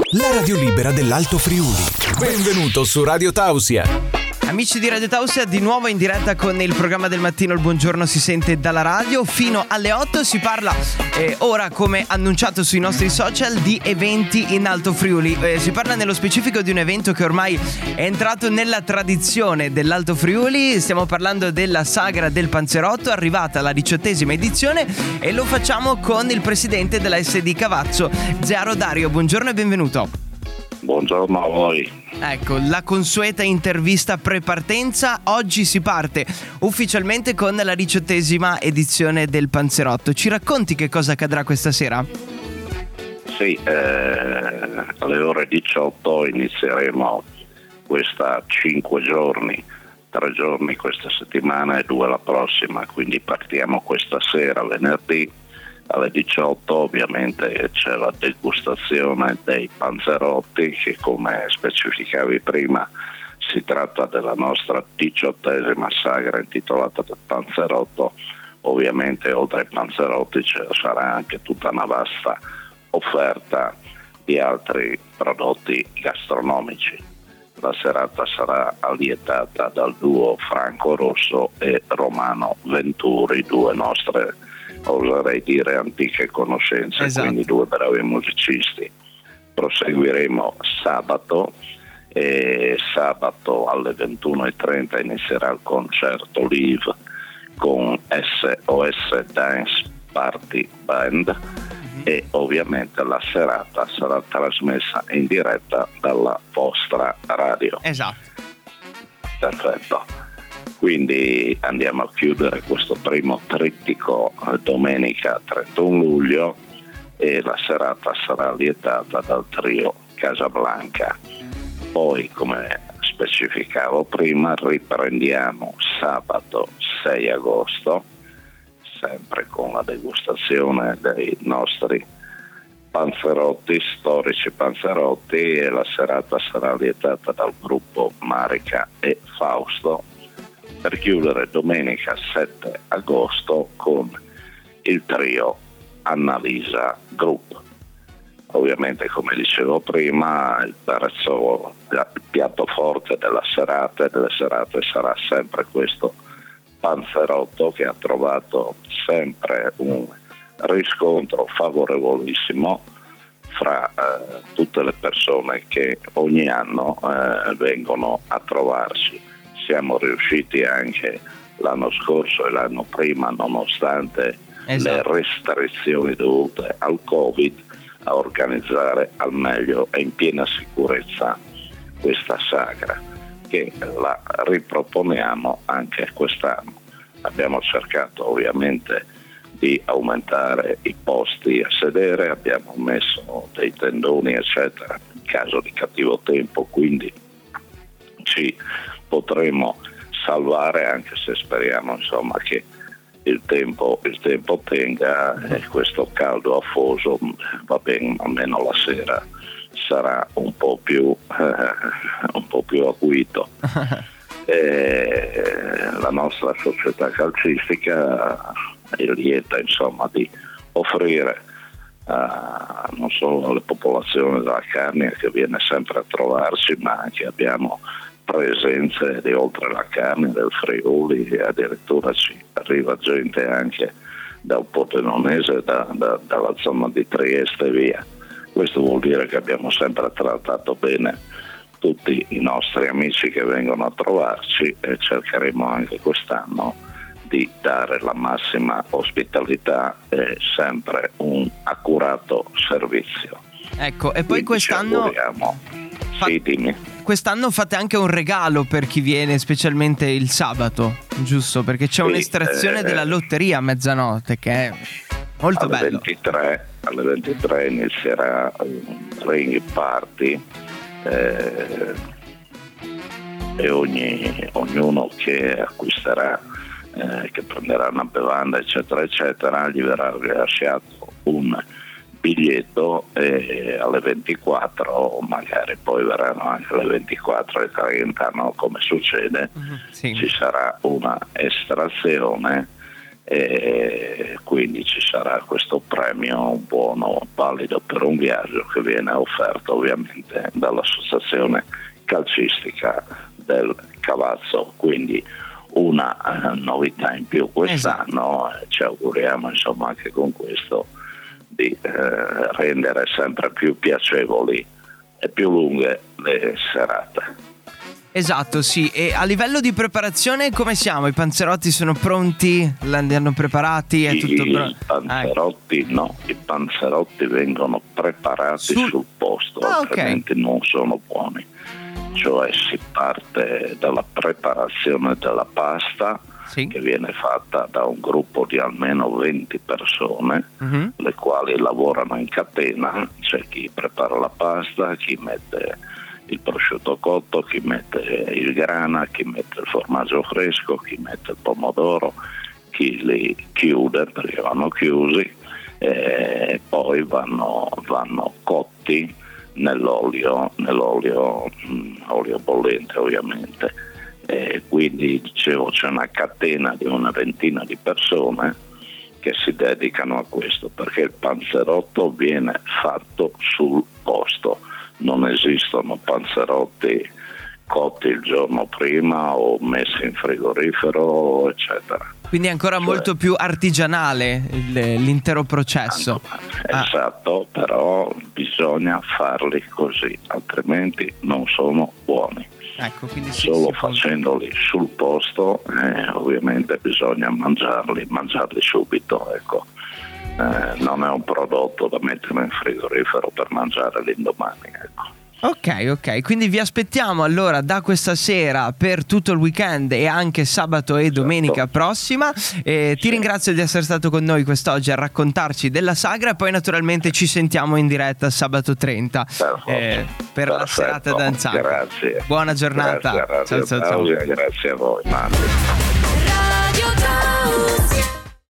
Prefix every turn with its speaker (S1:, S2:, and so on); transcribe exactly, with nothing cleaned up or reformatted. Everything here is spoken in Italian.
S1: la radio libera dell'Alto Friuli. Benvenuto su Radio Tausia.
S2: Amici di Radio Tausia, di nuovo in diretta con il programma del mattino Il Buongiorno si sente dalla radio. Fino alle otto si parla eh, ora, come annunciato sui nostri social, di eventi in Alto Friuli. Eh, si parla nello specifico di un evento che ormai è entrato nella tradizione dell'Alto Friuli. Stiamo parlando della Sagra del Panzerotto, arrivata alla diciottesima edizione, e lo facciamo con il presidente della S D Cavazzo, Zearo Dario. Buongiorno e benvenuto.
S3: Buongiorno a voi.
S2: Ecco, la consueta intervista pre-partenza. Oggi si parte ufficialmente con la diciottesima edizione del Panzerotto. Ci racconti che cosa accadrà questa sera?
S3: Sì, eh, alle ore diciotto inizieremo questa cinque giorni, tre giorni questa settimana e due la prossima, quindi partiamo questa sera, venerdì. Alle diciotto ovviamente c'è la degustazione dei panzerotti, che come specificavi prima si tratta della nostra diciottesima sagra intitolata del Panzerotto. Ovviamente oltre ai panzerotti ci sarà anche tutta una vasta offerta di altri prodotti gastronomici. La serata sarà allietata dal duo Franco Rosso e Romano Venturi, due nostre, oserei dire, antiche conoscenze, esatto. Quindi due bravi musicisti. Proseguiremo sabato e sabato alle ventuno e trenta inizierà il concerto live con S O S Dance Party Band, mm-hmm. E ovviamente la serata sarà trasmessa in diretta dalla vostra radio.
S2: Esatto.
S3: Perfetto. Quindi andiamo a chiudere questo primo trittico domenica trentuno luglio, e la serata sarà lietata dal trio Casablanca. Poi, come specificavo prima, riprendiamo sabato sei agosto, sempre con la degustazione dei nostri panzerotti, storici panzerotti, e la serata sarà lietata dal gruppo Marica e Fausto, per chiudere domenica sette agosto con il trio Annalisa Group. Ovviamente, come dicevo prima, il prezzo, il piatto forte della serata e delle serate sarà sempre questo panzerotto, che ha trovato sempre un riscontro favorevolissimo fra eh, tutte le persone che ogni anno eh, vengono a trovarci. Siamo riusciti anche l'anno scorso e l'anno prima, nonostante esatto. le restrizioni dovute al Covid, a organizzare al meglio e in piena sicurezza questa sagra, che la riproponiamo anche quest'anno. Abbiamo cercato ovviamente di aumentare i posti a sedere, abbiamo messo dei tendoni eccetera in caso di cattivo tempo, quindi ci potremo salvare, anche se speriamo insomma che il tempo, il tempo tenga, e questo caldo afoso va bene, almeno la sera sarà un po' più eh, un po' più acuito. E la nostra società calcistica è lieta insomma di offrire uh, non solo alle popolazioni della Carnia, che viene sempre a trovarci, ma anche abbiamo presenze di oltre la Carnia, del Friuli, e addirittura ci arriva gente anche da un Pordenonese, da, da, dalla zona di Trieste e via. Questo vuol dire che abbiamo sempre trattato bene tutti i nostri amici che vengono a trovarci, e cercheremo anche quest'anno di dare la massima ospitalità e sempre un accurato servizio.
S2: Ecco, e poi Quindi quest'anno
S3: fa... sì, dimmi.
S2: Quest'anno fate anche un regalo per chi viene, specialmente il sabato, giusto? Perché c'è sì, un'estrazione eh, della lotteria a mezzanotte che è molto
S3: alle
S2: bello.
S3: ventitré, alle ventitré inizierà un ring party, eh, e ogni, ognuno che acquisterà, eh, che prenderà una bevanda eccetera eccetera, gli verrà rilasciato un biglietto, e alle ventiquattro, magari poi verranno anche alle ventiquattro e trenta, no? Come succede, uh-huh, sì. Ci sarà una estrazione e quindi ci sarà questo premio buono, valido per un viaggio, che viene offerto ovviamente dall'associazione calcistica del Cavazzo, quindi una eh, novità in più quest'anno. Esatto. Ci auguriamo insomma anche con questo di eh, rendere sempre più piacevoli e più lunghe le serate.
S2: Esatto, sì. E a livello di preparazione come siamo? I panzerotti sono pronti? Li hanno preparati? È tutto pronto?
S3: I panzerotti ah, no, i panzerotti vengono preparati Su... sul posto, ah, altrimenti okay. non sono buoni. Cioè si parte dalla preparazione della pasta, sì. che viene fatta da un gruppo di almeno venti persone, uh-huh. le quali lavorano in catena. C'è chi prepara la pasta, chi mette il prosciutto cotto, chi mette il grana, chi mette il formaggio fresco, chi mette il pomodoro, chi li chiude perché vanno chiusi, e poi vanno, vanno cotti nell'olio, nell'olio mh, olio bollente ovviamente. E quindi dicevo c'è una catena di una ventina di persone che si dedicano a questo, perché il panzerotto viene fatto sul posto. Non esistono panzerotti cotti il giorno prima o messi in frigorifero, eccetera.
S2: Quindi è ancora cioè, molto più artigianale l'intero processo.
S3: Esatto, ah. però bisogna farli così, altrimenti non sono buoni.
S2: Ecco, quindi sì,
S3: solo facendoli sul posto, eh, ovviamente bisogna mangiarli, mangiarli subito, ecco. Eh, non è un prodotto da mettere in frigorifero per mangiare l'indomani, ecco.
S2: Ok, ok, quindi vi aspettiamo allora da questa sera per tutto il weekend e anche sabato e domenica certo. prossima. Eh, ti sì. ringrazio di essere stato con noi quest'oggi a raccontarci della sagra, e poi naturalmente ci sentiamo in diretta sabato trenta eh, per Perfetto. la serata danzante.
S3: Grazie.
S2: Buona giornata.
S3: Grazie,
S2: ciao, ciao, ciao.
S3: Grazie a voi, Mandi.